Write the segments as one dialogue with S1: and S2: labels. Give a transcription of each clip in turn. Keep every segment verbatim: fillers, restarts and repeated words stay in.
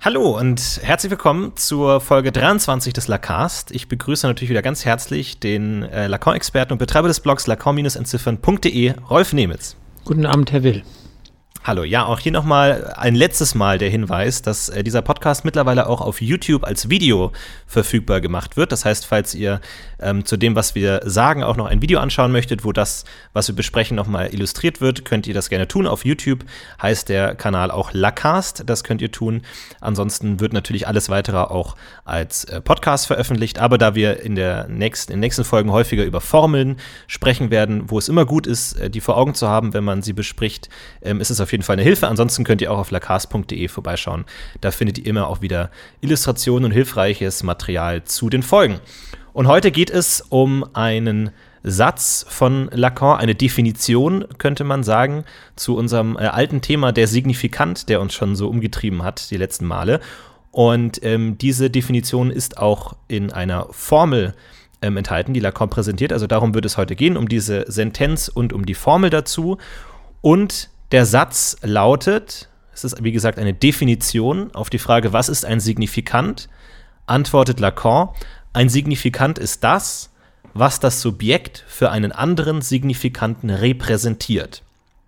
S1: Hallo und herzlich willkommen zur Folge dreiundzwanzig des Lacanst. Ich begrüße natürlich wieder ganz herzlich den äh, Lacan-Experten und Betreiber des Blogs lacan Bindestrich entziffern punkt de, Rolf Nemitz.
S2: Guten Abend, Herr Will.
S1: Hallo, ja, auch hier nochmal ein letztes Mal der Hinweis, dass äh, dieser Podcast mittlerweile auch auf YouTube als Video verfügbar gemacht wird. Das heißt, falls ihr ähm, zu dem, was wir sagen, auch noch ein Video anschauen möchtet, wo das, was wir besprechen, nochmal illustriert wird, könnt ihr das gerne tun. Auf YouTube heißt der Kanal auch Lacanst, das könnt ihr tun. Ansonsten wird natürlich alles weitere auch als äh, Podcast veröffentlicht. Aber da wir in, der nächsten, in den nächsten Folgen häufiger über Formeln sprechen werden, wo es immer gut ist, äh, die vor Augen zu haben, wenn man sie bespricht, ähm, ist es auf jeden Fall eine Hilfe. Ansonsten könnt ihr auch auf lacanst punkt de vorbeischauen. Da findet ihr immer auch wieder Illustrationen und hilfreiches Material zu den Folgen. Und heute geht es um einen Satz von Lacan, eine Definition, könnte man sagen, zu unserem äh, alten Thema der Signifikant, der uns schon so umgetrieben hat die letzten Male. Und ähm, diese Definition ist auch in einer Formel ähm, enthalten, die Lacan präsentiert. Also darum wird es heute gehen, um diese Sentenz und um die Formel dazu. Und der Satz lautet, es ist wie gesagt eine Definition auf die Frage, was ist ein Signifikant? Antwortet Lacan, ein Signifikant ist das, was das Subjekt für einen anderen Signifikanten repräsentiert.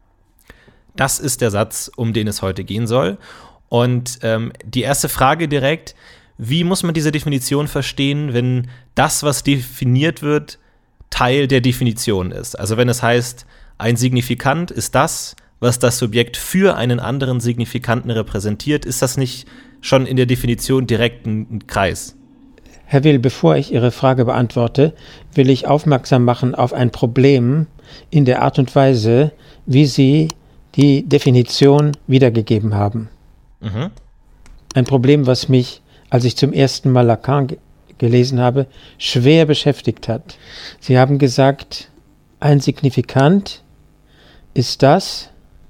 S1: Das ist der Satz, um den es heute gehen soll. Und ähm, die erste Frage direkt, wie muss man diese Definition verstehen, wenn das, was definiert wird, Teil der Definition ist? Also wenn es heißt, ein Signifikant ist das, was das Subjekt für einen anderen Signifikanten repräsentiert, ist das nicht schon in der Definition direkt ein, ein Kreis?
S2: Herr Will, bevor ich Ihre Frage beantworte, will ich aufmerksam machen auf ein Problem in der Art und Weise, wie Sie die Definition wiedergegeben haben. Mhm. Ein Problem, was mich, als ich zum ersten Mal Lacan ge- gelesen habe, schwer beschäftigt hat. Sie haben gesagt, ein Signifikant ist das,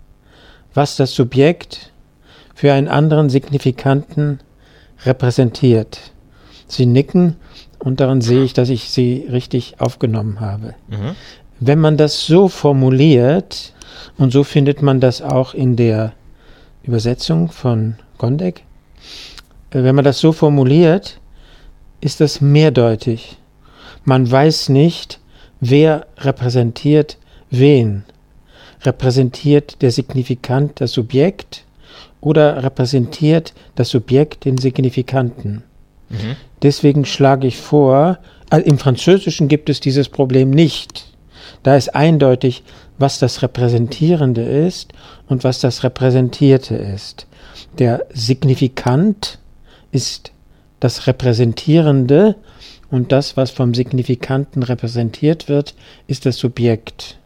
S2: was das Subjekt für einen anderen Signifikanten repräsentiert. Sie nicken und daran sehe ich, dass ich Sie richtig aufgenommen habe. Mhm. Wenn man das so formuliert, und so findet man das auch in der Übersetzung von Gondek, wenn man das so formuliert, ist das mehrdeutig. Man weiß nicht, wer repräsentiert wen. Repräsentiert der Signifikant das Subjekt oder repräsentiert das Subjekt den Signifikanten? Mhm. Deswegen schlage ich vor, also im Französischen gibt es dieses Problem nicht. Da ist eindeutig, was das Repräsentierende ist und was das Repräsentierte ist. Der Signifikant ist das Repräsentierende und das, was vom Signifikanten repräsentiert wird, ist das Subjekt.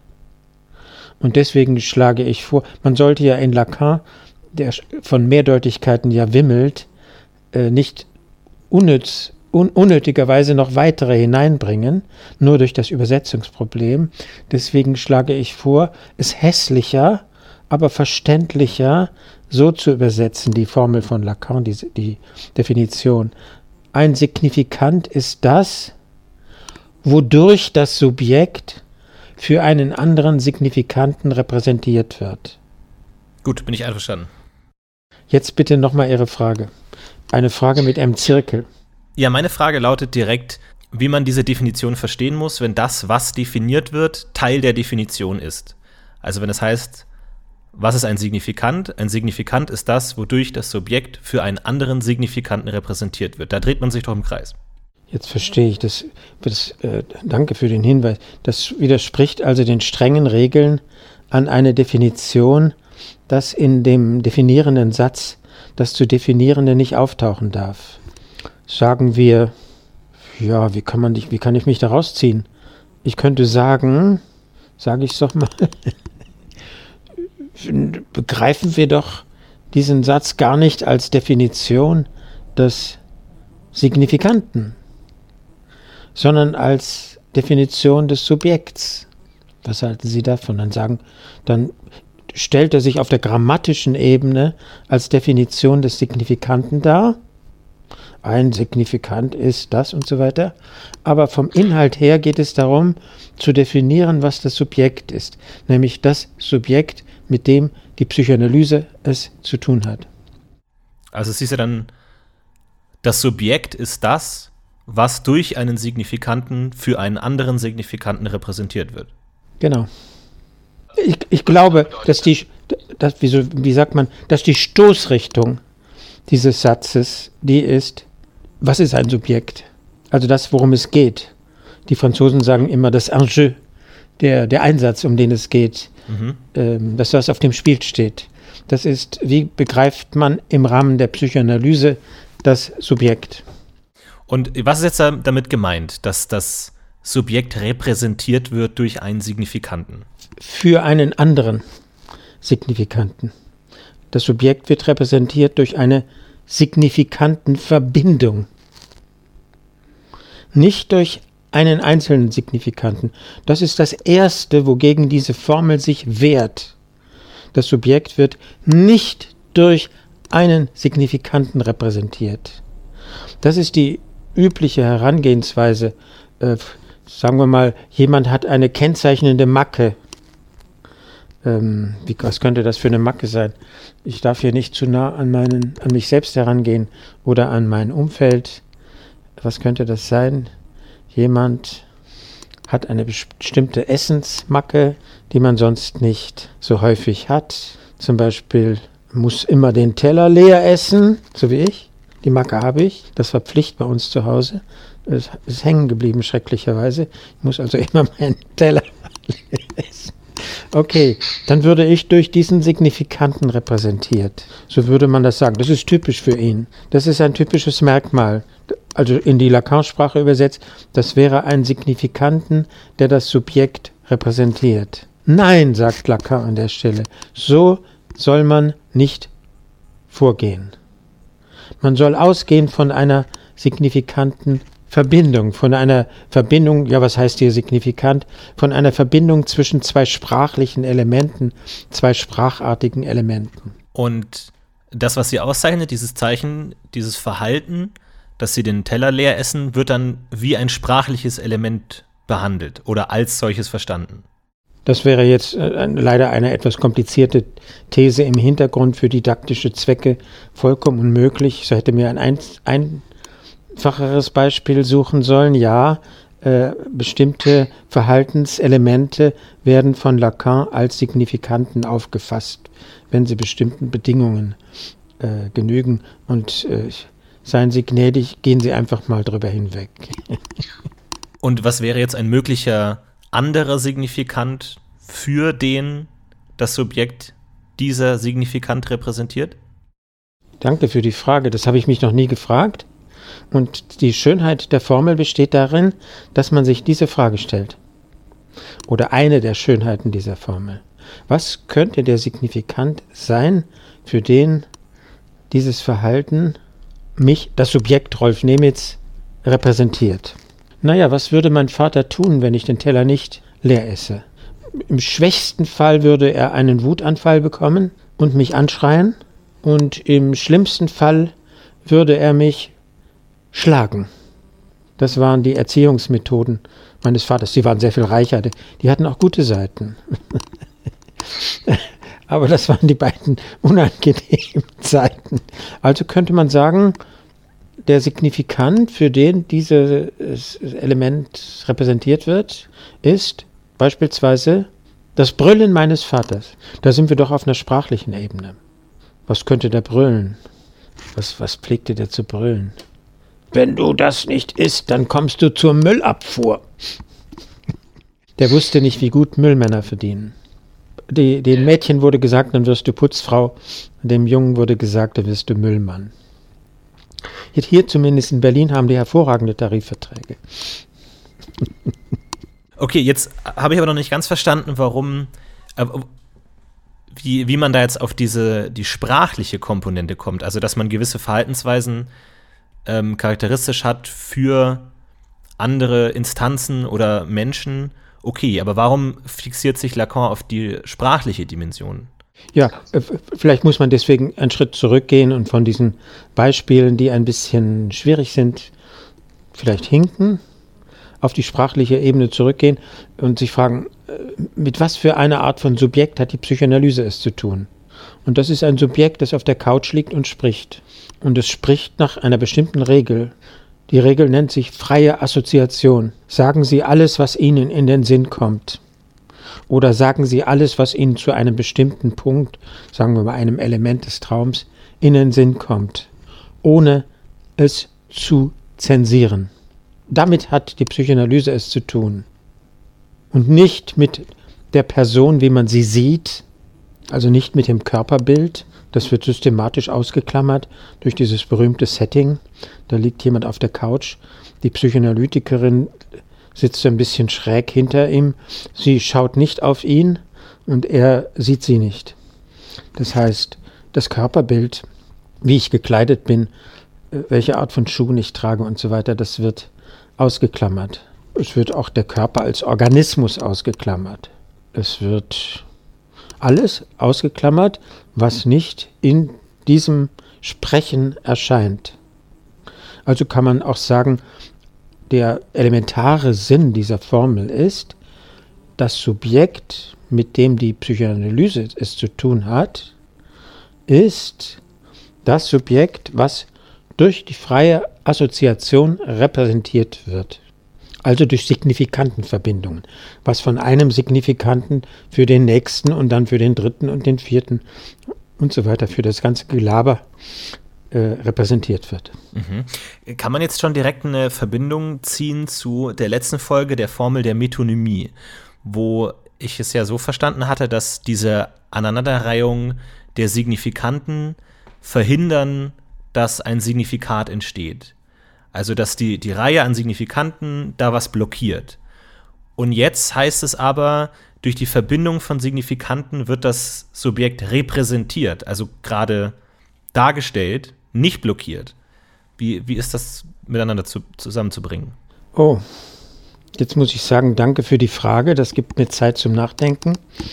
S2: Und deswegen schlage ich vor, man sollte ja in Lacan, der von Mehrdeutigkeiten ja wimmelt, äh, nicht unnütz, un, unnötigerweise noch weitere hineinbringen, nur durch das Übersetzungsproblem. Deswegen schlage ich vor, es hässlicher, aber verständlicher so zu übersetzen, die Formel von Lacan, die, die Definition. Ein Signifikant ist das, wodurch das Subjekt für einen anderen Signifikanten repräsentiert wird.
S1: Gut, bin ich einverstanden.
S2: Jetzt bitte nochmal Ihre Frage. Eine Frage mit einem Zirkel.
S1: Ja, meine Frage lautet direkt, wie man diese Definition verstehen muss, wenn das, was definiert wird, Teil der Definition ist. Also wenn es heißt, was ist ein Signifikant? Ein Signifikant ist das, wodurch das Subjekt für einen anderen Signifikanten repräsentiert wird. Da dreht man sich doch im Kreis.
S2: Jetzt verstehe ich das. das äh, danke für den Hinweis. Das widerspricht also den strengen Regeln an eine Definition, dass in dem definierenden Satz das zu Definierende nicht auftauchen darf. Sagen wir, ja, wie kann man dich, wie kann ich mich da rausziehen? Ich könnte sagen, sage ich es doch mal, begreifen wir doch diesen Satz gar nicht als Definition des Signifikanten, sondern als Definition des Subjekts. Was halten Sie davon? Dann sagen, dann stellt er sich auf der grammatischen Ebene als Definition des Signifikanten dar. Ein Signifikant ist das und so weiter. Aber vom Inhalt her geht es darum, zu definieren, was das Subjekt ist. Nämlich das Subjekt, mit dem die Psychoanalyse es zu tun hat.
S1: Also es ist ja dann, das Subjekt ist das, was durch einen Signifikanten für einen anderen Signifikanten repräsentiert wird.
S2: Genau. Ich, ich glaube, dass die, dass, wie, so, wie sagt man, dass die Stoßrichtung dieses Satzes die ist, was ist ein Subjekt? Also das, worum es geht. Die Franzosen sagen immer das Enjeu, der, der Einsatz, um den es geht, mhm. ähm, dass das auf dem Spiel steht. Das ist, wie begreift man im Rahmen der Psychoanalyse das Subjekt?
S1: Und was ist jetzt damit gemeint, dass das Subjekt repräsentiert wird durch einen Signifikanten?
S2: Für einen anderen Signifikanten. Das Subjekt wird repräsentiert durch eine Signifikantenverbindung. Nicht durch einen einzelnen Signifikanten. Das ist das Erste, wogegen diese Formel sich wehrt. Das Subjekt wird nicht durch einen Signifikanten repräsentiert. Das ist die übliche Herangehensweise. Äh, sagen wir mal, jemand hat eine kennzeichnende Macke. Ähm, wie, was könnte das für eine Macke sein? Ich darf hier nicht zu nah an, meinen, an mich selbst herangehen oder an mein Umfeld. Was könnte das sein? Jemand hat eine bestimmte Essensmacke, die man sonst nicht so häufig hat. Zum Beispiel muss immer den Teller leer essen, so wie ich. Die Macke habe ich. Das war Pflicht bei uns zu Hause. Es ist hängen geblieben, schrecklicherweise. Ich muss also immer meinen Teller leer essen. Okay, dann würde ich durch diesen Signifikanten repräsentiert. So würde man das sagen. Das ist typisch für ihn. Das ist ein typisches Merkmal. Also in die Lacan-Sprache übersetzt, das wäre ein Signifikanten, der das Subjekt repräsentiert. Nein, sagt Lacan an der Stelle, so soll man nicht vorgehen. Man soll ausgehen von einer signifikanten Verbindung, von einer Verbindung, ja, was heißt hier signifikant? Von einer Verbindung zwischen zwei sprachlichen Elementen, zwei sprachartigen Elementen.
S1: Und das, was sie auszeichnet, dieses Zeichen, dieses Verhalten, dass sie den Teller leer essen, wird dann wie ein sprachliches Element behandelt oder als solches verstanden.
S2: Das wäre jetzt äh, leider eine etwas komplizierte These im Hintergrund für didaktische Zwecke vollkommen unmöglich. So hätte mir ein, ein einfacheres Beispiel suchen sollen. Ja, äh, bestimmte Verhaltenselemente werden von Lacan als Signifikanten aufgefasst, wenn sie bestimmten Bedingungen äh, genügen. Und äh, seien Sie gnädig, gehen Sie einfach mal drüber hinweg.
S1: Und was wäre jetzt ein möglicher anderer Signifikant, für den das Subjekt dieser Signifikant repräsentiert?
S2: Danke für die Frage, das habe ich mich noch nie gefragt. Und die Schönheit der Formel besteht darin, dass man sich diese Frage stellt. Oder eine der Schönheiten dieser Formel. Was könnte der Signifikant sein, für den dieses Verhalten mich, das Subjekt Rolf Nemitz, repräsentiert? Naja, was würde mein Vater tun, wenn ich den Teller nicht leer esse? Im schwächsten Fall würde er einen Wutanfall bekommen und mich anschreien. Und im schlimmsten Fall würde er mich schlagen. Das waren die Erziehungsmethoden meines Vaters. Die waren sehr viel reicher. Die hatten auch gute Seiten. Aber das waren die beiden unangenehmen Seiten. Also könnte man sagen, der Signifikant, für den dieses Element repräsentiert wird, ist beispielsweise das Brüllen meines Vaters. Da sind wir doch auf einer sprachlichen Ebene. Was könnte der brüllen? Was, was pflegte der zu brüllen? Wenn du das nicht isst, dann kommst du zur Müllabfuhr. Der wusste nicht, wie gut Müllmänner verdienen. Die, den Mädchen wurde gesagt, dann wirst du Putzfrau. Dem Jungen wurde gesagt, dann wirst du Müllmann. Hier zumindest in Berlin haben die hervorragende Tarifverträge.
S1: Okay, jetzt habe ich aber noch nicht ganz verstanden, warum, äh, wie, wie man da jetzt auf diese die sprachliche Komponente kommt. Also, dass man gewisse Verhaltensweisen ähm, charakteristisch hat für andere Instanzen oder Menschen. Okay, aber warum fixiert sich Lacan auf die sprachliche Dimension?
S2: Ja, vielleicht muss man deswegen einen Schritt zurückgehen und von diesen Beispielen, die ein bisschen schwierig sind, vielleicht hinken, auf die sprachliche Ebene zurückgehen und sich fragen, mit was für einer Art von Subjekt hat die Psychoanalyse es zu tun? Und das ist ein Subjekt, das auf der Couch liegt und spricht. Und es spricht nach einer bestimmten Regel. Die Regel nennt sich freie Assoziation. Sagen Sie alles, was Ihnen in den Sinn kommt. Oder sagen Sie alles, was Ihnen zu einem bestimmten Punkt, sagen wir mal einem Element des Traums, in den Sinn kommt, ohne es zu zensieren. Damit hat die Psychoanalyse es zu tun. Und nicht mit der Person, wie man sie sieht, also nicht mit dem Körperbild. Das wird systematisch ausgeklammert durch dieses berühmte Setting. Da liegt jemand auf der Couch. Die Psychoanalytikerin sitzt ein bisschen schräg hinter ihm. Sie schaut nicht auf ihn und er sieht sie nicht. Das heißt, das Körperbild, wie ich gekleidet bin, welche Art von Schuhen ich trage und so weiter, das wird ausgeklammert. Es wird auch der Körper als Organismus ausgeklammert. Es wird alles ausgeklammert, was nicht in diesem Sprechen erscheint. Also kann man auch sagen, der elementare Sinn dieser Formel ist, das Subjekt, mit dem die Psychoanalyse es zu tun hat, ist das Subjekt, was durch die freie Assoziation repräsentiert wird. Also durch Signifikantenverbindungen, was von einem Signifikanten für den nächsten und dann für den dritten und den vierten und so weiter, für das ganze Gelaber äh, repräsentiert wird.
S1: Mhm. Kann man jetzt schon direkt eine Verbindung ziehen zu der letzten Folge der Formel der Metonymie, wo ich es ja so verstanden hatte, dass diese Aneinanderreihung der Signifikanten verhindern, dass ein Signifikat entsteht. Also, dass die, die Reihe an Signifikanten da was blockiert. Und jetzt heißt es aber, durch die Verbindung von Signifikanten wird das Subjekt repräsentiert, also gerade dargestellt, nicht blockiert. Wie, wie ist das miteinander zu, zusammenzubringen?
S2: Oh, jetzt muss ich sagen, danke für die Frage, das gibt mir Zeit zum Nachdenken.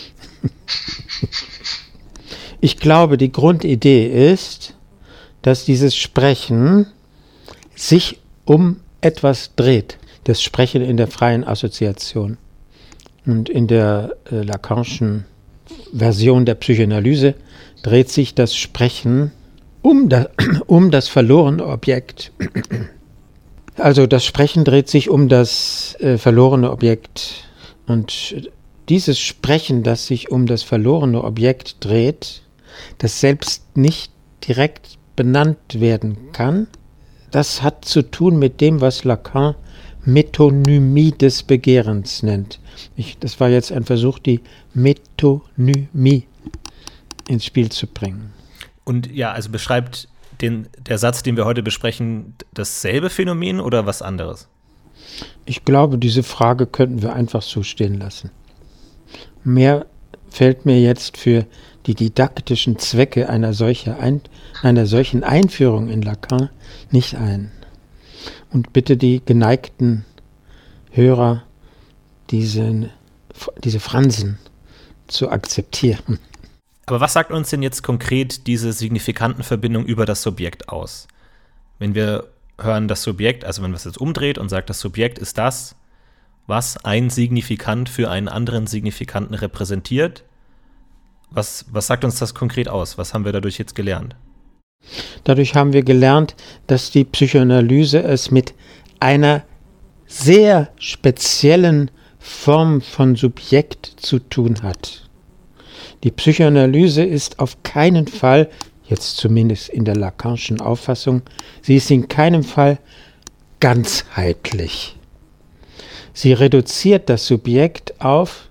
S2: Ich glaube, die Grundidee ist, dass dieses Sprechen sich um etwas dreht. Das Sprechen in der freien Assoziation. Und in der äh, Lacanischen Version der Psychoanalyse dreht sich das Sprechen um, da, um das verlorene Objekt. Also das Sprechen dreht sich um das äh, verlorene Objekt. Und dieses Sprechen, das sich um das verlorene Objekt dreht, das selbst nicht direkt benannt werden kann, das hat zu tun mit dem, was Lacan Metonymie des Begehrens nennt. Ich, das war jetzt ein Versuch, die Metonymie ins Spiel zu bringen.
S1: Und ja, also beschreibt den, der Satz, den wir heute besprechen, dasselbe Phänomen oder was anderes?
S2: Ich glaube, diese Frage könnten wir einfach so stehen lassen. Mehr fällt mir jetzt für die didaktischen Zwecke einer, solcher ein, einer solchen Einführung in Lacan nicht ein. Und bitte die geneigten Hörer, diesen, diese Phrasen zu akzeptieren.
S1: Aber was sagt uns denn jetzt konkret diese Signifikantenverbindung über das Subjekt aus? Wenn wir hören, das Subjekt, also wenn man es jetzt umdreht und sagt, das Subjekt ist das, was ein Signifikant für einen anderen Signifikanten repräsentiert, was, was sagt uns das konkret aus? Was haben wir dadurch jetzt gelernt?
S2: Dadurch haben wir gelernt, dass die Psychoanalyse es mit einer sehr speziellen Form von Subjekt zu tun hat. Die Psychoanalyse ist auf keinen Fall, jetzt zumindest in der Lacanischen Auffassung, sie ist in keinem Fall ganzheitlich. Sie reduziert das Subjekt auf,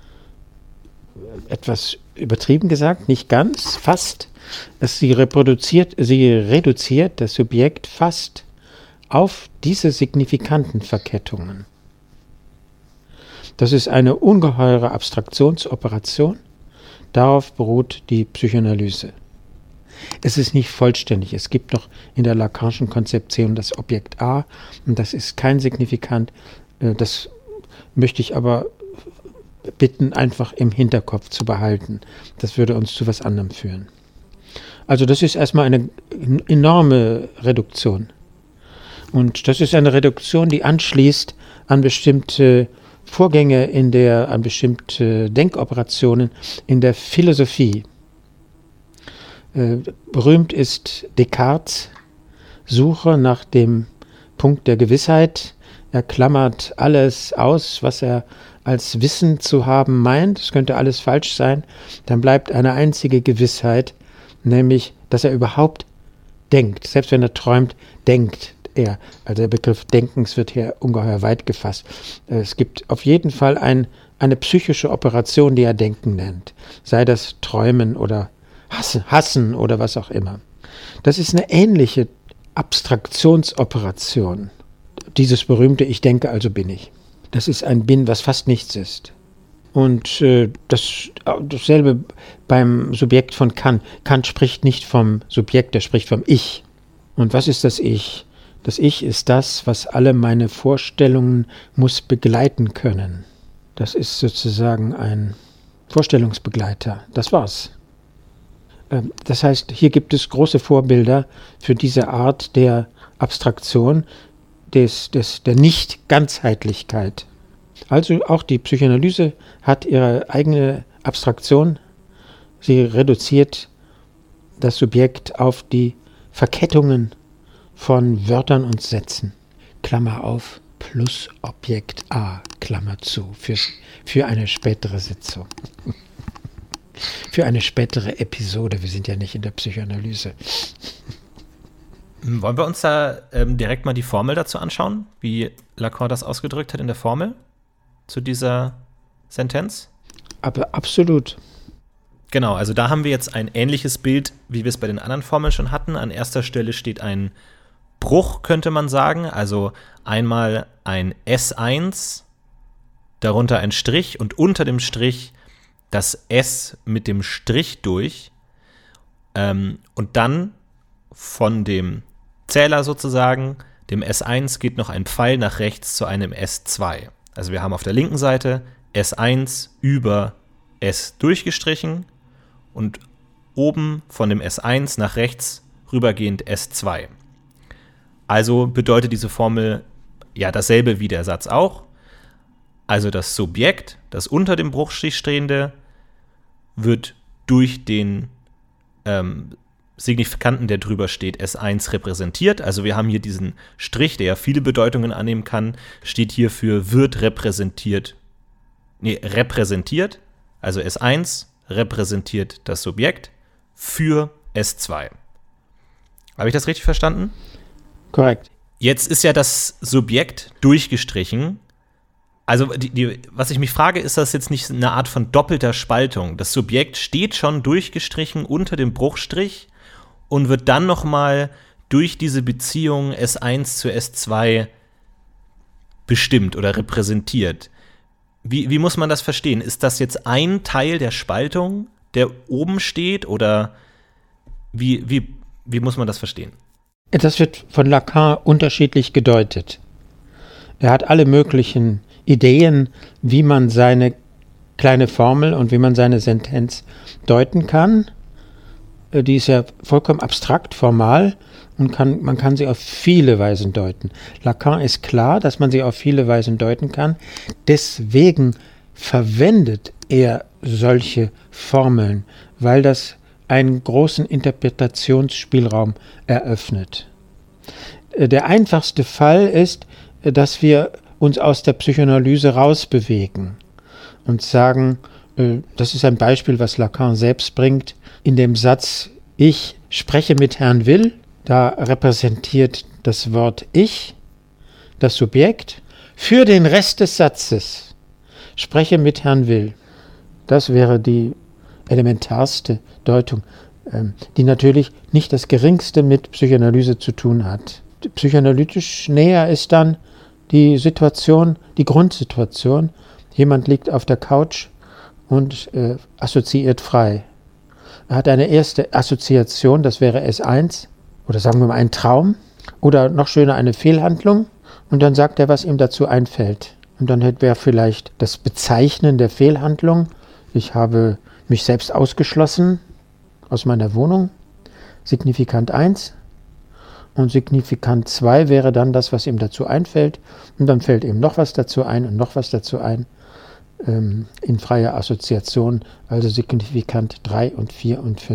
S2: etwas übertrieben gesagt, nicht ganz, fast, dass sie reproduziert, sie reduziert das Subjekt fast auf diese Signifikantenverkettungen. Das ist eine ungeheure Abstraktionsoperation, darauf beruht die Psychoanalyse. Es ist nicht vollständig, es gibt noch in der Lacanischen Konzeption das Objekt A und das ist kein Signifikant, das möchte ich aber bitten, einfach im Hinterkopf zu behalten. Das würde uns zu was anderem führen. Also das ist erstmal eine enorme Reduktion. Und das ist eine Reduktion, die anschließt an bestimmte Vorgänge in der, an bestimmte Denkoperationen in der Philosophie. Äh, berühmt ist Descartes' Suche nach dem Punkt der Gewissheit. Er klammert alles aus, was er als Wissen zu haben meint. Es könnte alles falsch sein. Dann bleibt eine einzige Gewissheit, nämlich, dass er überhaupt denkt. Selbst wenn er träumt, denkt er. Also der Begriff Denkens wird hier ungeheuer weit gefasst. Es gibt auf jeden Fall ein, eine psychische Operation, die er Denken nennt. Sei das Träumen oder Hassen, Hassen oder was auch immer. Das ist eine ähnliche Abstraktionsoperation. Dieses berühmte Ich denke, also bin ich. Das ist ein Bin, was fast nichts ist. Und äh, das, dasselbe beim Subjekt von Kant. Kant spricht nicht vom Subjekt, er spricht vom Ich. Und was ist das Ich? Das Ich ist das, was alle meine Vorstellungen muss begleiten können. Das ist sozusagen ein Vorstellungsbegleiter. Das war's. Ähm, das heißt, hier gibt es große Vorbilder für diese Art der Abstraktion, Des, des, der Nicht-Ganzheitlichkeit. Also auch die Psychoanalyse hat ihre eigene Abstraktion. Sie reduziert das Subjekt auf die Verkettungen von Wörtern und Sätzen. Klammer auf, plus Objekt A, Klammer zu, für, für eine spätere Sitzung. Für eine spätere Episode. Wir sind ja nicht in der Psychoanalyse.
S1: Wollen wir uns da ähm, direkt mal die Formel dazu anschauen, wie Lacan das ausgedrückt hat in der Formel zu dieser Sentenz?
S2: Aber absolut.
S1: Genau, also da haben wir jetzt ein ähnliches Bild, wie wir es bei den anderen Formeln schon hatten. An erster Stelle steht ein Bruch, könnte man sagen. Also einmal ein S eins, darunter ein Strich und unter dem Strich das S mit dem Strich durch. Ähm, und dann von dem Zähler sozusagen, dem S eins, geht noch ein Pfeil nach rechts zu einem S zwei. Also wir haben auf der linken Seite S eins über S durchgestrichen und oben von dem S eins nach rechts rübergehend S zwei. Also bedeutet diese Formel ja dasselbe wie der Satz auch. Also das Subjekt, das unter dem Bruchstrich stehende, wird durch den ähm, Signifikanten, der drüber steht, S eins repräsentiert. Also wir haben hier diesen Strich, der ja viele Bedeutungen annehmen kann, steht hier für wird repräsentiert. Nee, repräsentiert. Also S eins repräsentiert das Subjekt für S zwei. Habe ich das richtig verstanden?
S2: Korrekt.
S1: Jetzt ist ja das Subjekt durchgestrichen. Also die, die, was ich mich frage, ist das jetzt nicht eine Art von doppelter Spaltung? Das Subjekt steht schon durchgestrichen unter dem Bruchstrich und wird dann noch mal durch diese Beziehung S eins zu S zwei bestimmt oder repräsentiert. Wie, wie muss man das verstehen? Ist das jetzt ein Teil der Spaltung, der oben steht, oder wie, wie, wie muss man das verstehen?
S2: Das wird von Lacan unterschiedlich gedeutet. Er hat alle möglichen Ideen, wie man seine kleine Formel und wie man seine Sentenz deuten kann. Die ist ja vollkommen abstrakt, formal, und kann, man kann sie auf viele Weisen deuten. Lacan ist klar, dass man sie auf viele Weisen deuten kann. Deswegen verwendet er solche Formeln, weil das einen großen Interpretationsspielraum eröffnet. Der einfachste Fall ist, dass wir uns aus der Psychoanalyse rausbewegen und sagen, das ist ein Beispiel, was Lacan selbst bringt, in dem Satz, ich spreche mit Herrn Will, da repräsentiert das Wort ich, das Subjekt, für den Rest des Satzes, spreche mit Herrn Will. Das wäre die elementarste Deutung, die natürlich nicht das Geringste mit Psychoanalyse zu tun hat. Psychoanalytisch näher ist dann die Situation, die Grundsituation. Jemand liegt auf der Couch und äh, assoziiert frei. Er hat eine erste Assoziation, das wäre S eins, oder sagen wir mal ein Traum, oder noch schöner eine Fehlhandlung, und dann sagt er, was ihm dazu einfällt. Und dann wäre vielleicht das Bezeichnen der Fehlhandlung, ich habe mich selbst ausgeschlossen aus meiner Wohnung, Signifikant eins, und Signifikant zwei wäre dann das, was ihm dazu einfällt, und dann fällt ihm noch was dazu ein und noch was dazu ein, ähm, in freier Assoziation, also Signifikant drei und vier und fünf.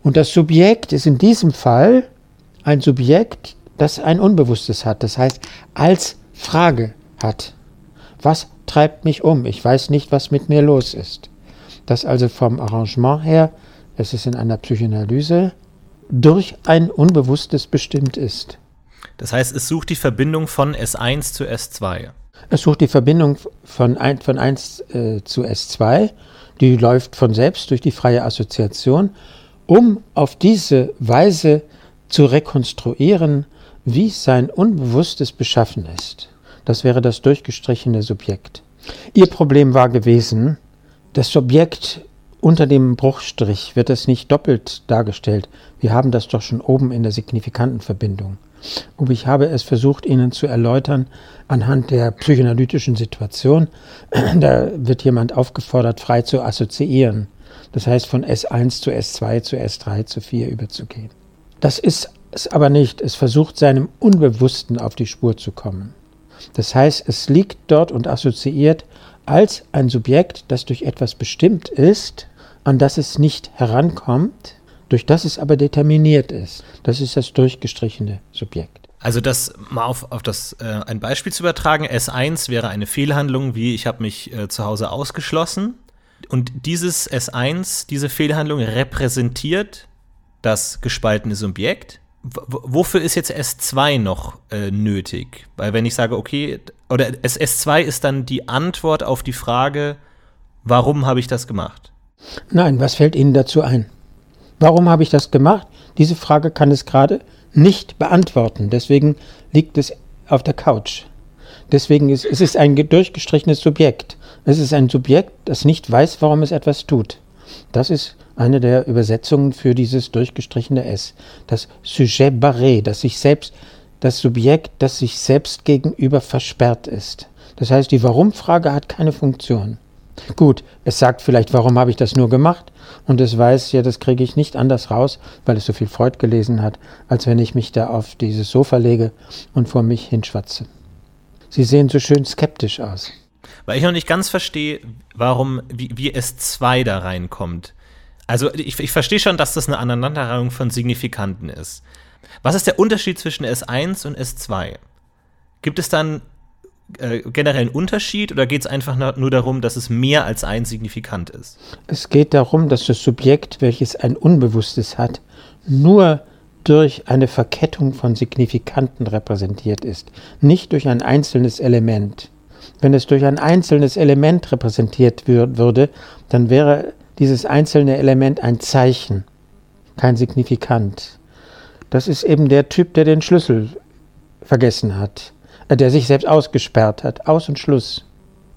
S2: Und das Subjekt ist in diesem Fall ein Subjekt, das ein Unbewusstes hat, das heißt als Frage hat. Was treibt mich um? Ich weiß nicht, was mit mir los ist. Das also vom Arrangement her, es ist in einer Psychoanalyse, durch ein Unbewusstes bestimmt ist.
S1: Das heißt, es sucht die Verbindung von S eins zu S zwei.
S2: Es sucht die Verbindung von, ein, von eins äh, zu S zwei, die läuft von selbst durch die freie Assoziation, um auf diese Weise zu rekonstruieren, wie sein Unbewusstes beschaffen ist. Das wäre das durchgestrichene Subjekt. Ihr Problem war gewesen, das Subjekt unter dem Bruchstrich wird es nicht doppelt dargestellt. Wir haben das doch schon oben in der signifikanten Verbindung. Und ich habe es versucht, Ihnen zu erläutern anhand der psychoanalytischen Situation. Da wird jemand aufgefordert, frei zu assoziieren. Das heißt, von S eins zu S zwei zu S drei zu vier überzugehen. Das ist es aber nicht. Es versucht, seinem Unbewussten auf die Spur zu kommen. Das heißt, es liegt dort und assoziiert als ein Subjekt, das durch etwas bestimmt ist, an das es nicht herankommt, durch das es aber determiniert ist. Das ist das durchgestrichene Subjekt.
S1: Also das mal auf, auf das äh, ein Beispiel zu übertragen, S eins wäre eine Fehlhandlung, wie ich habe mich äh, zu Hause ausgeschlossen. Und dieses S eins, diese Fehlhandlung repräsentiert das gespaltene Subjekt. W- wofür ist jetzt S zwei noch äh, nötig? Weil wenn ich sage, okay, oder S zwei ist dann die Antwort auf die Frage, warum habe ich das gemacht?
S2: Nein, was fällt Ihnen dazu ein? Warum habe ich das gemacht? Diese Frage kann es gerade nicht beantworten. Deswegen liegt es auf der Couch. Deswegen ist es ist ein durchgestrichenes Subjekt. Es ist ein Subjekt, das nicht weiß, warum es etwas tut. Das ist eine der Übersetzungen für dieses durchgestrichene S. Das Sujet barré, das sich selbst, das Subjekt, das sich selbst gegenüber versperrt ist. Das heißt, die Warum-Frage hat keine Funktion. Gut, es sagt vielleicht, warum habe ich das nur gemacht? Und es weiß, ja, das kriege ich nicht anders raus, weil es so viel Freud gelesen hat, als wenn ich mich da auf dieses Sofa lege und vor mich hinschwatze. Sie sehen so schön skeptisch aus.
S1: Weil ich noch nicht ganz verstehe, warum, wie, wie S zwei da reinkommt. Also ich, ich verstehe schon, dass das eine Aneinanderreihung von Signifikanten ist. Was ist der Unterschied zwischen S eins und S zwei? Gibt es dann äh, generell einen Unterschied oder geht es einfach nur darum, dass es mehr als ein Signifikant ist?
S2: Es geht darum, dass das Subjekt, welches ein Unbewusstes hat, nur durch eine Verkettung von Signifikanten repräsentiert ist, nicht durch ein einzelnes Element. Wenn es durch ein einzelnes Element repräsentiert wür- würde, dann wäre dieses einzelne Element ein Zeichen, kein Signifikant. Das ist eben der Typ, der den Schlüssel vergessen hat, äh, der sich selbst ausgesperrt hat. Aus und Schluss.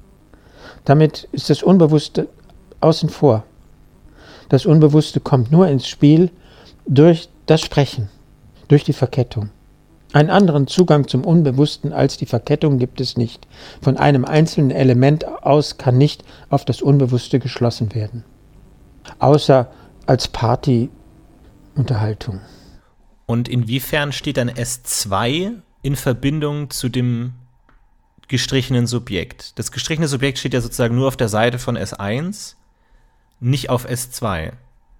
S2: Damit ist das Unbewusste außen vor. Das Unbewusste kommt nur ins Spiel durch das Sprechen, durch die Verkettung. Einen anderen Zugang zum Unbewussten als die Verkettung gibt es nicht. Von einem einzelnen Element aus kann nicht auf das Unbewusste geschlossen werden. Außer als Partyunterhaltung.
S1: Und inwiefern steht dann S zwei in Verbindung zu dem gestrichenen Subjekt? Das gestrichene Subjekt steht ja sozusagen nur auf der Seite von S eins, nicht auf S zwei.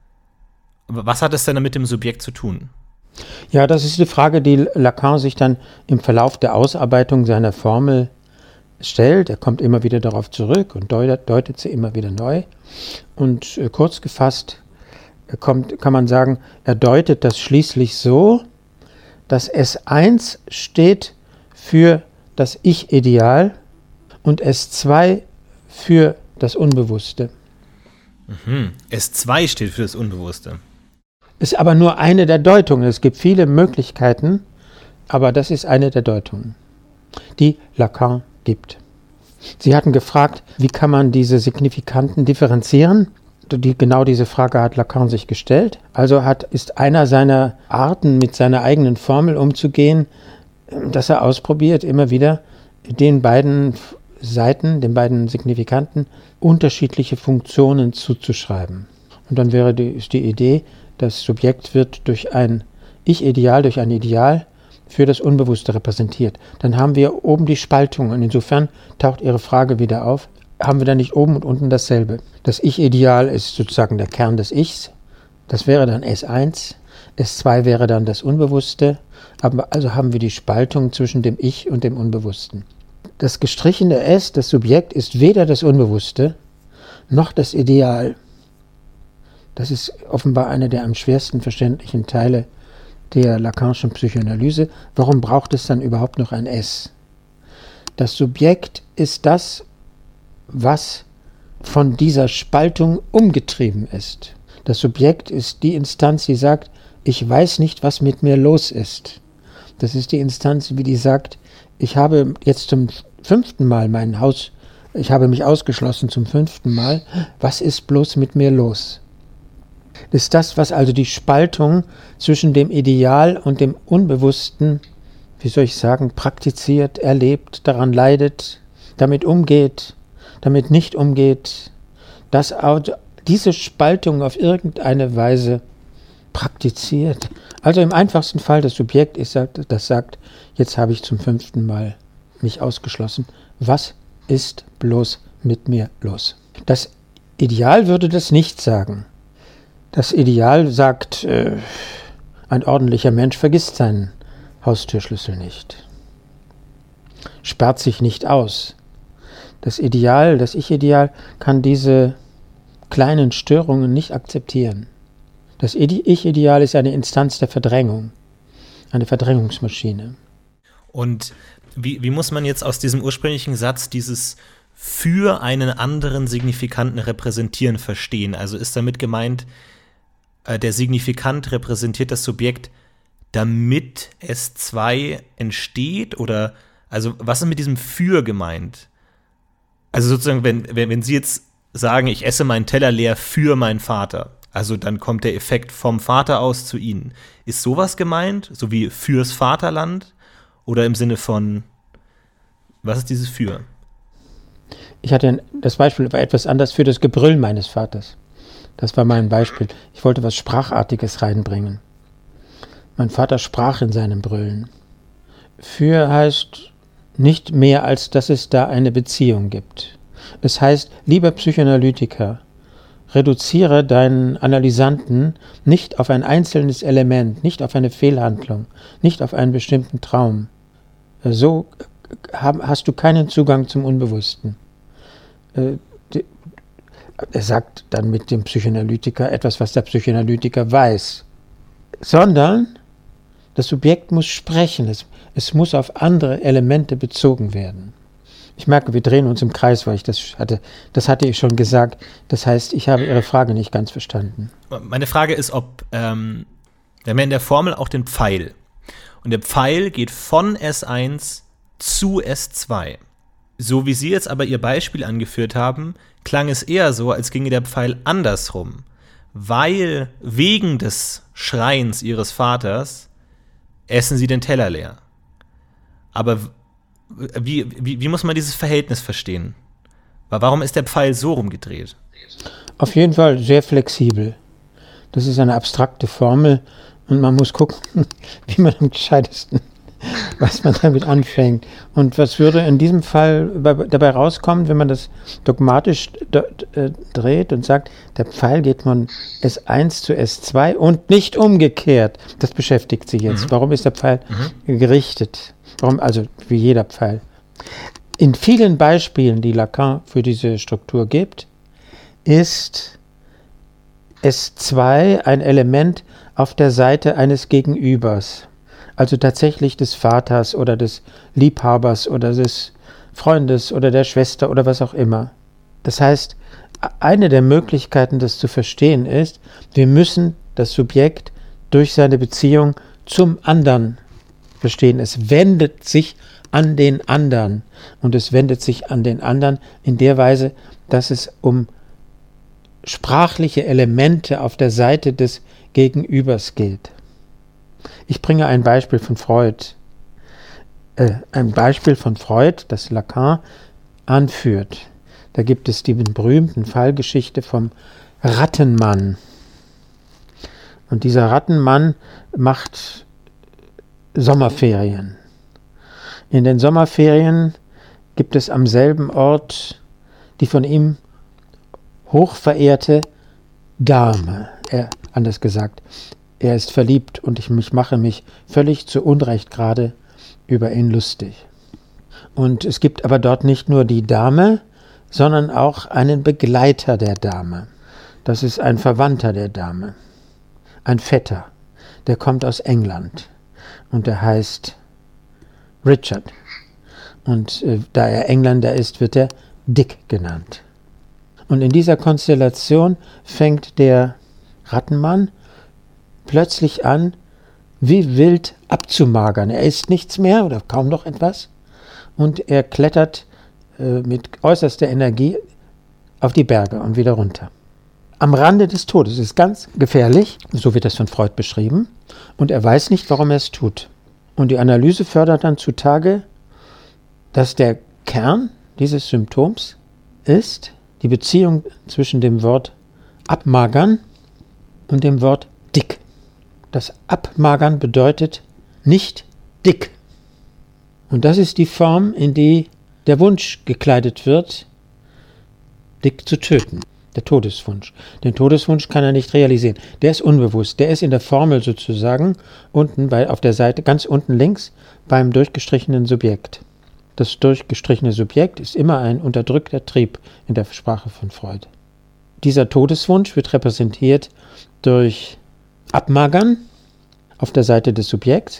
S1: Was hat es denn mit dem Subjekt zu tun?
S2: Ja, das ist die Frage, die Lacan sich dann im Verlauf der Ausarbeitung seiner Formel stellt. Er kommt immer wieder darauf zurück und deutet, deutet sie immer wieder neu. Und äh, kurz gefasst kommt, kann man sagen, er deutet das schließlich so, dass S eins steht für das Ich-Ideal und S zwei für das Unbewusste.
S1: Mhm. S zwei steht für das Unbewusste.
S2: Ist aber nur eine der Deutungen. Es gibt viele Möglichkeiten, aber das ist eine der Deutungen, die Lacan gibt. Sie hatten gefragt, wie kann man diese Signifikanten differenzieren? Die, genau diese Frage hat Lacan sich gestellt. Also hat, ist einer seiner Arten, mit seiner eigenen Formel umzugehen, dass er ausprobiert, immer wieder den beiden Seiten, den beiden Signifikanten, unterschiedliche Funktionen zuzuschreiben. Und dann wäre die, ist die Idee, das Subjekt wird durch ein Ich-Ideal, durch ein Ideal für das Unbewusste repräsentiert. Dann haben wir oben die Spaltung und insofern taucht Ihre Frage wieder auf. Haben wir da nicht oben und unten dasselbe? Das Ich-Ideal ist sozusagen der Kern des Ichs Das wäre dann S eins, S zwei wäre dann das Unbewusste, aber also haben wir die Spaltung zwischen dem Ich und dem Unbewussten. Das gestrichene S, das Subjekt, ist weder das Unbewusste noch das Ideal. Das ist offenbar einer der am schwersten verständlichen Teile der Lacanischen Psychoanalyse. Warum braucht es dann überhaupt noch ein S? Das Subjekt ist das, was von dieser Spaltung umgetrieben ist. Das Subjekt ist die Instanz, die sagt, ich weiß nicht, was mit mir los ist. Das ist die Instanz, wie die sagt, ich habe jetzt zum fünften Mal mein Haus, ich habe mich ausgeschlossen zum fünften Mal, was ist bloß mit mir los? Das ist das, was also die Spaltung zwischen dem Ideal und dem Unbewussten, wie soll ich sagen, praktiziert, erlebt, daran leidet, damit umgeht, damit nicht umgeht, dass diese Spaltung auf irgendeine Weise praktiziert. Also im einfachsten Fall das Subjekt ist, das sagt, jetzt habe ich zum fünften Mal mich ausgeschlossen. Was ist bloß mit mir los? Das Ideal würde das nicht sagen. Das Ideal sagt, äh, ein ordentlicher Mensch vergisst seinen Haustürschlüssel nicht, sperrt sich nicht aus. Das Ideal, das Ich-Ideal kann diese kleinen Störungen nicht akzeptieren. Das Ich-Ideal ist eine Instanz der Verdrängung, eine Verdrängungsmaschine.
S1: Und wie, wie muss man jetzt aus diesem ursprünglichen Satz dieses für einen anderen Signifikanten repräsentieren verstehen? Also ist damit gemeint, äh, der Signifikant repräsentiert das Subjekt, damit S zwei entsteht? Oder, also was ist mit diesem für gemeint? Also sozusagen, wenn, wenn, wenn Sie jetzt sagen, ich esse meinen Teller leer für meinen Vater, also dann kommt der Effekt vom Vater aus zu Ihnen. Ist sowas gemeint, so wie fürs Vaterland? Oder im Sinne von, was ist dieses für?
S2: Ich hatte, das Beispiel war etwas anders, für das Gebrüll meines Vaters. Das war mein Beispiel. Ich wollte was Sprachartiges reinbringen. Mein Vater sprach in seinem Brüllen. Für heißt nicht mehr, als dass es da eine Beziehung gibt. Es heißt, lieber Psychoanalytiker, reduziere deinen Analysanten nicht auf ein einzelnes Element, nicht auf eine Fehlhandlung, nicht auf einen bestimmten Traum. So hast du keinen Zugang zum Unbewussten. Er sagt dann mit dem Psychoanalytiker etwas, was der Psychoanalytiker weiß. Sondern das Subjekt muss sprechen, es, es muss auf andere Elemente bezogen werden. Ich merke, wir drehen uns im Kreis, weil ich das hatte, das hatte ich schon gesagt. Das heißt, ich habe Ihre Frage nicht ganz verstanden.
S1: Meine Frage ist, ob, ähm, wir haben ja in der Formel auch den Pfeil. Und der Pfeil geht von S eins zu S zwei. So wie Sie jetzt aber Ihr Beispiel angeführt haben, klang es eher so, als ginge der Pfeil andersrum. Weil wegen des Schreins Ihres Vaters essen Sie den Teller leer. Aber Wie, wie, wie muss man dieses Verhältnis verstehen? Warum ist der Pfeil so rumgedreht?
S2: Auf jeden Fall sehr flexibel. Das ist eine abstrakte Formel und man muss gucken, wie man am gescheitesten, was man damit anfängt. Und was würde in diesem Fall dabei rauskommen, wenn man das dogmatisch dreht und sagt, der Pfeil geht von S eins zu S zwei und nicht umgekehrt. Das beschäftigt Sie jetzt. Mhm. Warum ist der Pfeil mhm. gerichtet? Warum, also wie jeder Pfeil. In vielen Beispielen, die Lacan für diese Struktur gibt, ist S zwei ein Element auf der Seite eines Gegenübers. Also tatsächlich des Vaters oder des Liebhabers oder des Freundes oder der Schwester oder was auch immer. Das heißt, eine der Möglichkeiten, das zu verstehen, ist, wir müssen das Subjekt durch seine Beziehung zum anderen verstehen. Es wendet sich an den anderen und es wendet sich an den anderen in der Weise, dass es um sprachliche Elemente auf der Seite des Gegenübers geht. Ich bringe ein Beispiel von Freud. Äh, ein Beispiel von Freud, das Lacan anführt. Da gibt es die berühmten Fallgeschichte vom Rattenmann. Und dieser Rattenmann macht Sommerferien. In den Sommerferien gibt es am selben Ort die von ihm hochverehrte Dame. Er, anders gesagt, er ist verliebt und ich mich mache mich völlig zu Unrecht gerade über ihn lustig. Und es gibt aber dort nicht nur die Dame, sondern auch einen Begleiter der Dame. Das ist ein Verwandter der Dame, ein Vetter, der kommt aus England und der heißt Richard. Und äh, da er Engländer ist, wird er Dick genannt. Und in dieser Konstellation fängt der Rattenmann plötzlich an, wie wild abzumagern. Er isst nichts mehr oder kaum noch etwas und er klettert äh, mit äußerster Energie auf die Berge und wieder runter. Am Rande des Todes. Es ist ganz gefährlich, so wird das von Freud beschrieben, und er weiß nicht, warum er es tut. Und die Analyse fördert dann zutage, dass der Kern dieses Symptoms ist die Beziehung zwischen dem Wort abmagern und dem Wort dick. Das Abmagern bedeutet nicht dick. Und das ist die Form, in die der Wunsch gekleidet wird, Dick zu töten. Der Todeswunsch. Den Todeswunsch kann er nicht realisieren. Der ist unbewusst. Der ist in der Formel sozusagen unten bei, auf der Seite, ganz unten links, beim durchgestrichenen Subjekt. Das durchgestrichene Subjekt ist immer ein unterdrückter Trieb in der Sprache von Freud. Dieser Todeswunsch wird repräsentiert durch Abmagern auf der Seite des Subjekts,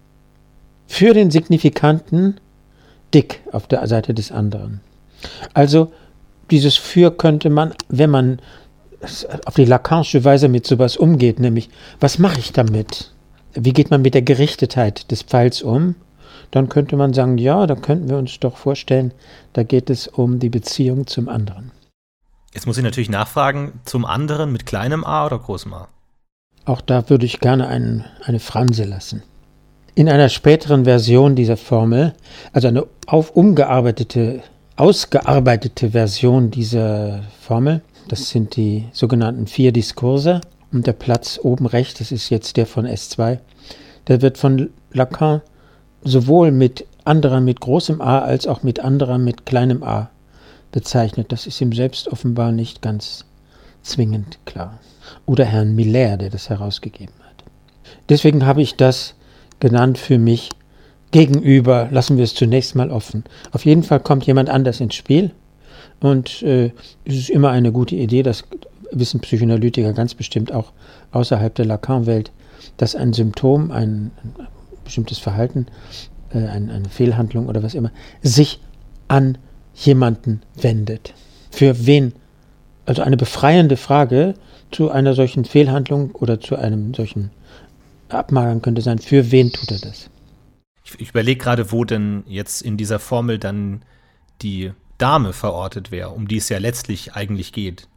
S2: für den signifikanten Dick auf der Seite des anderen. Also dieses Für könnte man, wenn man auf die Lacanische Weise mit sowas umgeht, nämlich, was mache ich damit? Wie geht man mit der Gerichtetheit des Pfeils um? Dann könnte man sagen, ja, da könnten wir uns doch vorstellen, da geht es um die Beziehung zum anderen.
S1: Jetzt muss ich natürlich nachfragen, zum anderen mit kleinem a oder großem a?
S2: Auch da würde ich gerne einen, eine Franse lassen. In einer späteren Version dieser Formel, also eine auf umgearbeitete, ausgearbeitete Version dieser Formel, das sind die sogenannten vier Diskurse, und der Platz oben rechts, das ist jetzt der von S zwei, der wird von Lacan sowohl mit anderer mit großem A als auch mit anderer mit kleinem a bezeichnet. Das ist ihm selbst offenbar nicht ganz zwingend klar. Oder Herrn Miller, der das herausgegeben hat. Deswegen habe ich das genannt für mich gegenüber, lassen wir es zunächst mal offen. Auf jeden Fall kommt jemand anders ins Spiel und äh, es ist immer eine gute Idee, das wissen Psychoanalytiker ganz bestimmt auch außerhalb der Lacan-Welt, dass ein Symptom, ein, ein bestimmtes Verhalten, äh, ein, eine Fehlhandlung oder was immer, sich an jemanden wendet. Für wen? Also eine befreiende Frage zu einer solchen Fehlhandlung oder zu einem solchen Abmagern könnte sein, für wen tut er das?
S1: Ich, ich überlege gerade, wo denn jetzt in dieser Formel dann die Dame verortet wäre, um die es ja letztlich eigentlich geht.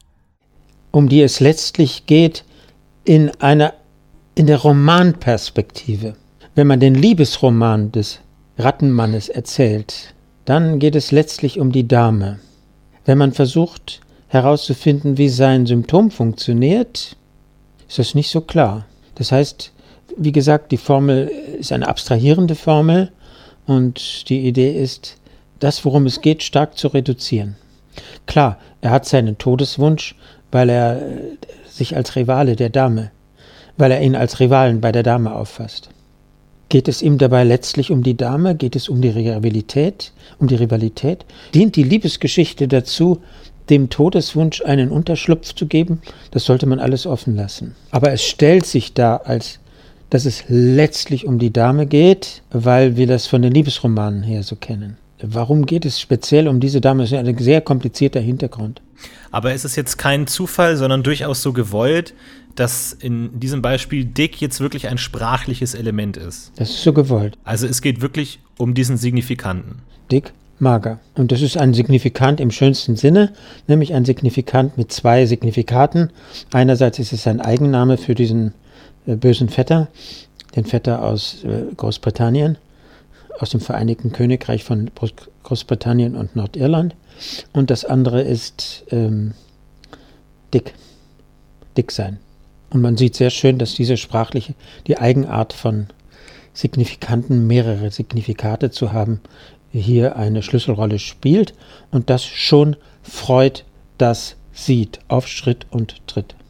S2: Um die es letztlich geht in einer, in der Romanperspektive. Wenn man den Liebesroman des Rattenmannes erzählt, dann geht es letztlich um die Dame. Wenn man versucht herauszufinden, wie sein Symptom funktioniert, ist das nicht so klar. Das heißt, wie gesagt, die Formel ist eine abstrahierende Formel und die Idee ist, das, worum es geht, stark zu reduzieren. Klar, er hat seinen Todeswunsch, weil er sich als Rivale der Dame, weil er ihn als Rivalen bei der Dame auffasst. Geht es ihm dabei letztlich um die Dame? Geht es um die Rivalität? Um die Rivalität? Dient die Liebesgeschichte dazu, dem Todeswunsch einen Unterschlupf zu geben? Das sollte man alles offen lassen. Aber es stellt sich da, als dass es letztlich um die Dame geht, weil wir das von den Liebesromanen her so kennen. Warum geht es speziell um diese Dame? Das ist ein sehr komplizierter Hintergrund.
S1: Aber es ist jetzt kein Zufall, sondern durchaus so gewollt, dass in diesem Beispiel Dick jetzt wirklich ein sprachliches Element ist.
S2: Das ist so gewollt.
S1: Also es geht wirklich um diesen Signifikanten.
S2: Dick, mager. Und das ist ein Signifikant im schönsten Sinne, nämlich ein Signifikant mit zwei Signifikaten. Einerseits ist es ein Eigenname für diesen äh, bösen Vetter, den Vetter aus äh, Großbritannien, aus dem Vereinigten Königreich von Großbritannien und Nordirland. Und das andere ist ähm, Dick. Dick sein. Und man sieht sehr schön, dass diese sprachliche, die Eigenart von Signifikanten, mehrere Signifikate zu haben, hier eine Schlüsselrolle spielt und dass schon Freud das sieht, auf Schritt und Tritt.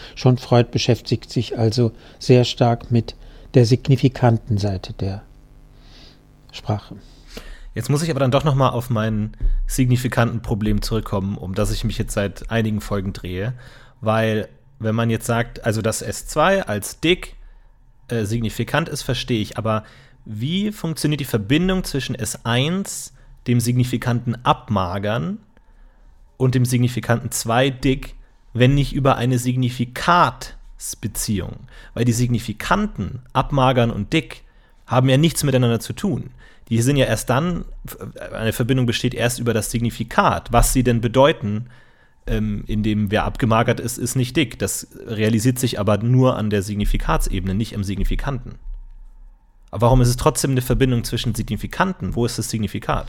S2: Schon Freud beschäftigt sich also sehr stark mit der signifikanten Seite der Sprache.
S1: Jetzt muss ich aber dann doch noch mal auf mein signifikanten Problem zurückkommen, um das ich mich jetzt seit einigen Folgen drehe, weil wenn man jetzt sagt, also dass S zwei als dick äh, signifikant ist, verstehe ich, aber wie funktioniert die Verbindung zwischen S eins, dem signifikanten Abmagern, und dem signifikanten zwei dick, wenn nicht über eine Signifikatsbeziehung? Weil die Signifikanten, Abmagern und dick, haben ja nichts miteinander zu tun. Die sind ja erst dann, eine Verbindung besteht erst über das Signifikat. Was sie denn bedeuten, ähm, indem wer abgemagert ist, ist nicht dick. Das realisiert sich aber nur an der Signifikatsebene, nicht im Signifikanten. Aber warum ist es trotzdem eine Verbindung zwischen Signifikanten? Wo ist das Signifikat?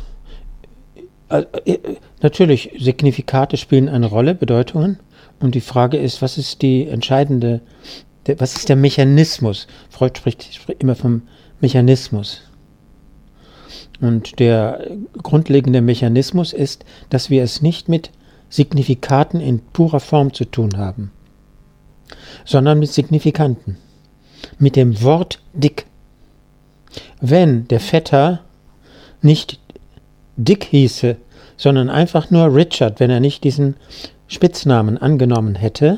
S2: Natürlich, Signifikate spielen eine Rolle, Bedeutungen. Und die Frage ist, was ist die entscheidende, der, was ist der Mechanismus? Freud spricht, spricht immer vom Mechanismus. Und der grundlegende Mechanismus ist, dass wir es nicht mit Signifikaten in purer Form zu tun haben, sondern mit Signifikanten, mit dem Wort dick. Wenn der Vetter nicht Dick hieße, sondern einfach nur Richard, wenn er nicht diesen Spitznamen angenommen hätte,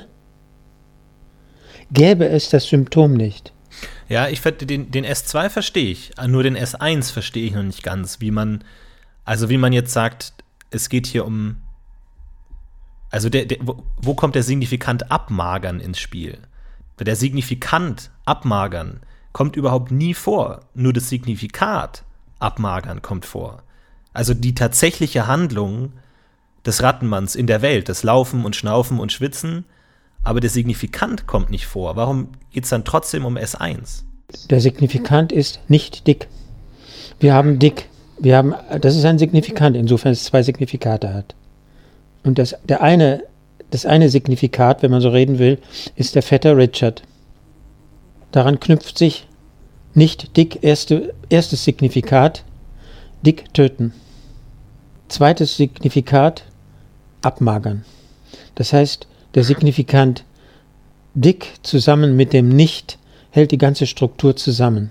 S2: gäbe es das Symptom nicht.
S1: Ja, ich den, den S zwei verstehe ich, nur den S eins verstehe ich noch nicht ganz, wie man, also wie man jetzt sagt, es geht hier um, also der, der, wo, wo kommt der Signifikant Abmagern ins Spiel? Der Signifikant Abmagern kommt überhaupt nie vor, nur das Signifikat Abmagern kommt vor. Also die tatsächliche Handlung des Rattenmanns in der Welt, das Laufen und Schnaufen und Schwitzen, aber der Signifikant kommt nicht vor. Warum geht es dann trotzdem um S eins?
S2: Der Signifikant ist nicht dick. Wir haben dick. Wir haben, das ist ein Signifikant, insofern es zwei Signifikate hat. Und das, der eine, das eine Signifikat, wenn man so reden will, ist der Vetter Richard. Daran knüpft sich nicht dick, erste, erstes Signifikat, dick töten. Zweites Signifikat, abmagern. Das heißt, der Signifikant dick zusammen mit dem nicht hält die ganze Struktur zusammen.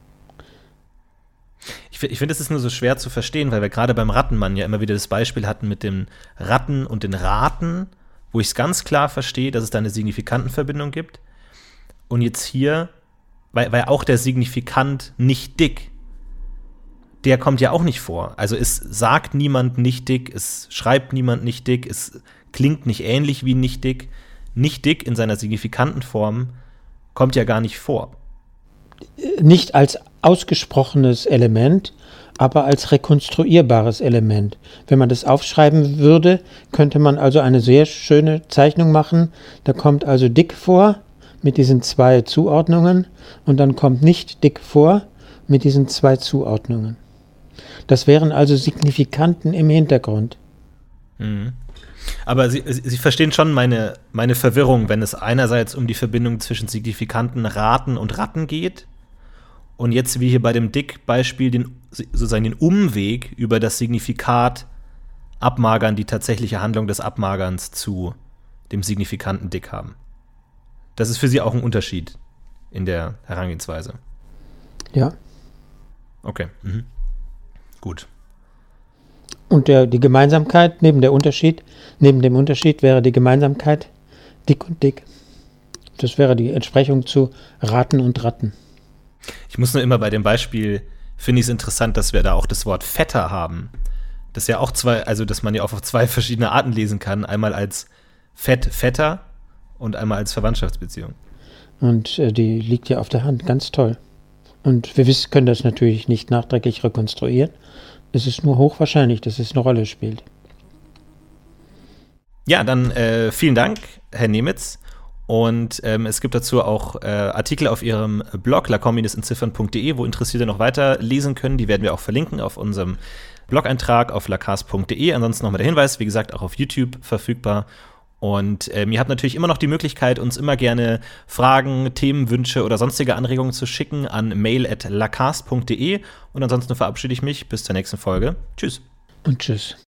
S1: Ich, ich finde, es ist nur so schwer zu verstehen, weil wir gerade beim Rattenmann ja immer wieder das Beispiel hatten mit dem Ratten und den Raten, wo ich es ganz klar verstehe, dass es da eine Signifikantenverbindung gibt. Und jetzt hier, weil, weil auch der Signifikant nicht dick, der kommt ja auch nicht vor. Also es sagt niemand nicht dick, es schreibt niemand nicht dick, es klingt nicht ähnlich wie nicht dick. Nicht dick in seiner signifikanten Form kommt ja gar nicht vor.
S2: Nicht als ausgesprochenes Element, aber als rekonstruierbares Element. Wenn man das aufschreiben würde, könnte man also eine sehr schöne Zeichnung machen. Da kommt also dick vor mit diesen zwei Zuordnungen und dann kommt nicht dick vor mit diesen zwei Zuordnungen. Das wären also Signifikanten im Hintergrund.
S1: Mhm. Aber Sie, Sie verstehen schon meine, meine Verwirrung, wenn es einerseits um die Verbindung zwischen signifikanten Raten und Ratten geht und jetzt wie hier bei dem Dick-Beispiel den, sozusagen den Umweg über das Signifikat abmagern, die tatsächliche Handlung des Abmagerns zu dem signifikanten Dick haben. Das ist für Sie auch ein Unterschied in der Herangehensweise.
S2: Ja.
S1: Okay. Mhm. Gut.
S2: Und der, die Gemeinsamkeit neben der Unterschied, neben dem Unterschied wäre die Gemeinsamkeit dick und dick. Das wäre die Entsprechung zu Raten und Ratten.
S1: Ich muss nur immer bei dem Beispiel, finde ich es interessant, dass wir da auch das Wort Vetter haben. Das ja auch zwei, also dass man ja auch auf zwei verschiedene Arten lesen kann. Einmal als Fett, Vetter und einmal als Verwandtschaftsbeziehung.
S2: Und äh, die liegt ja auf der Hand, ganz toll. Und wir wissen, können das natürlich nicht nachträglich rekonstruieren. Es ist nur hochwahrscheinlich, dass es eine Rolle spielt.
S1: Ja, dann äh, vielen Dank, Herr Nemitz. Und ähm, es gibt dazu auch äh, Artikel auf Ihrem Blog lacom Bindestrich entziffern punkt de, wo Interessierte noch weiter lesen können. Die werden wir auch verlinken auf unserem Blog-Eintrag auf lacast punkt de. Ansonsten nochmal der Hinweis, wie gesagt, auch auf YouTube verfügbar. Und ähm, ihr habt natürlich immer noch die Möglichkeit, uns immer gerne Fragen, Themenwünsche oder sonstige Anregungen zu schicken an mail at lacast punkt de. Und ansonsten verabschiede ich mich bis zur nächsten Folge. Tschüss.
S2: Und tschüss.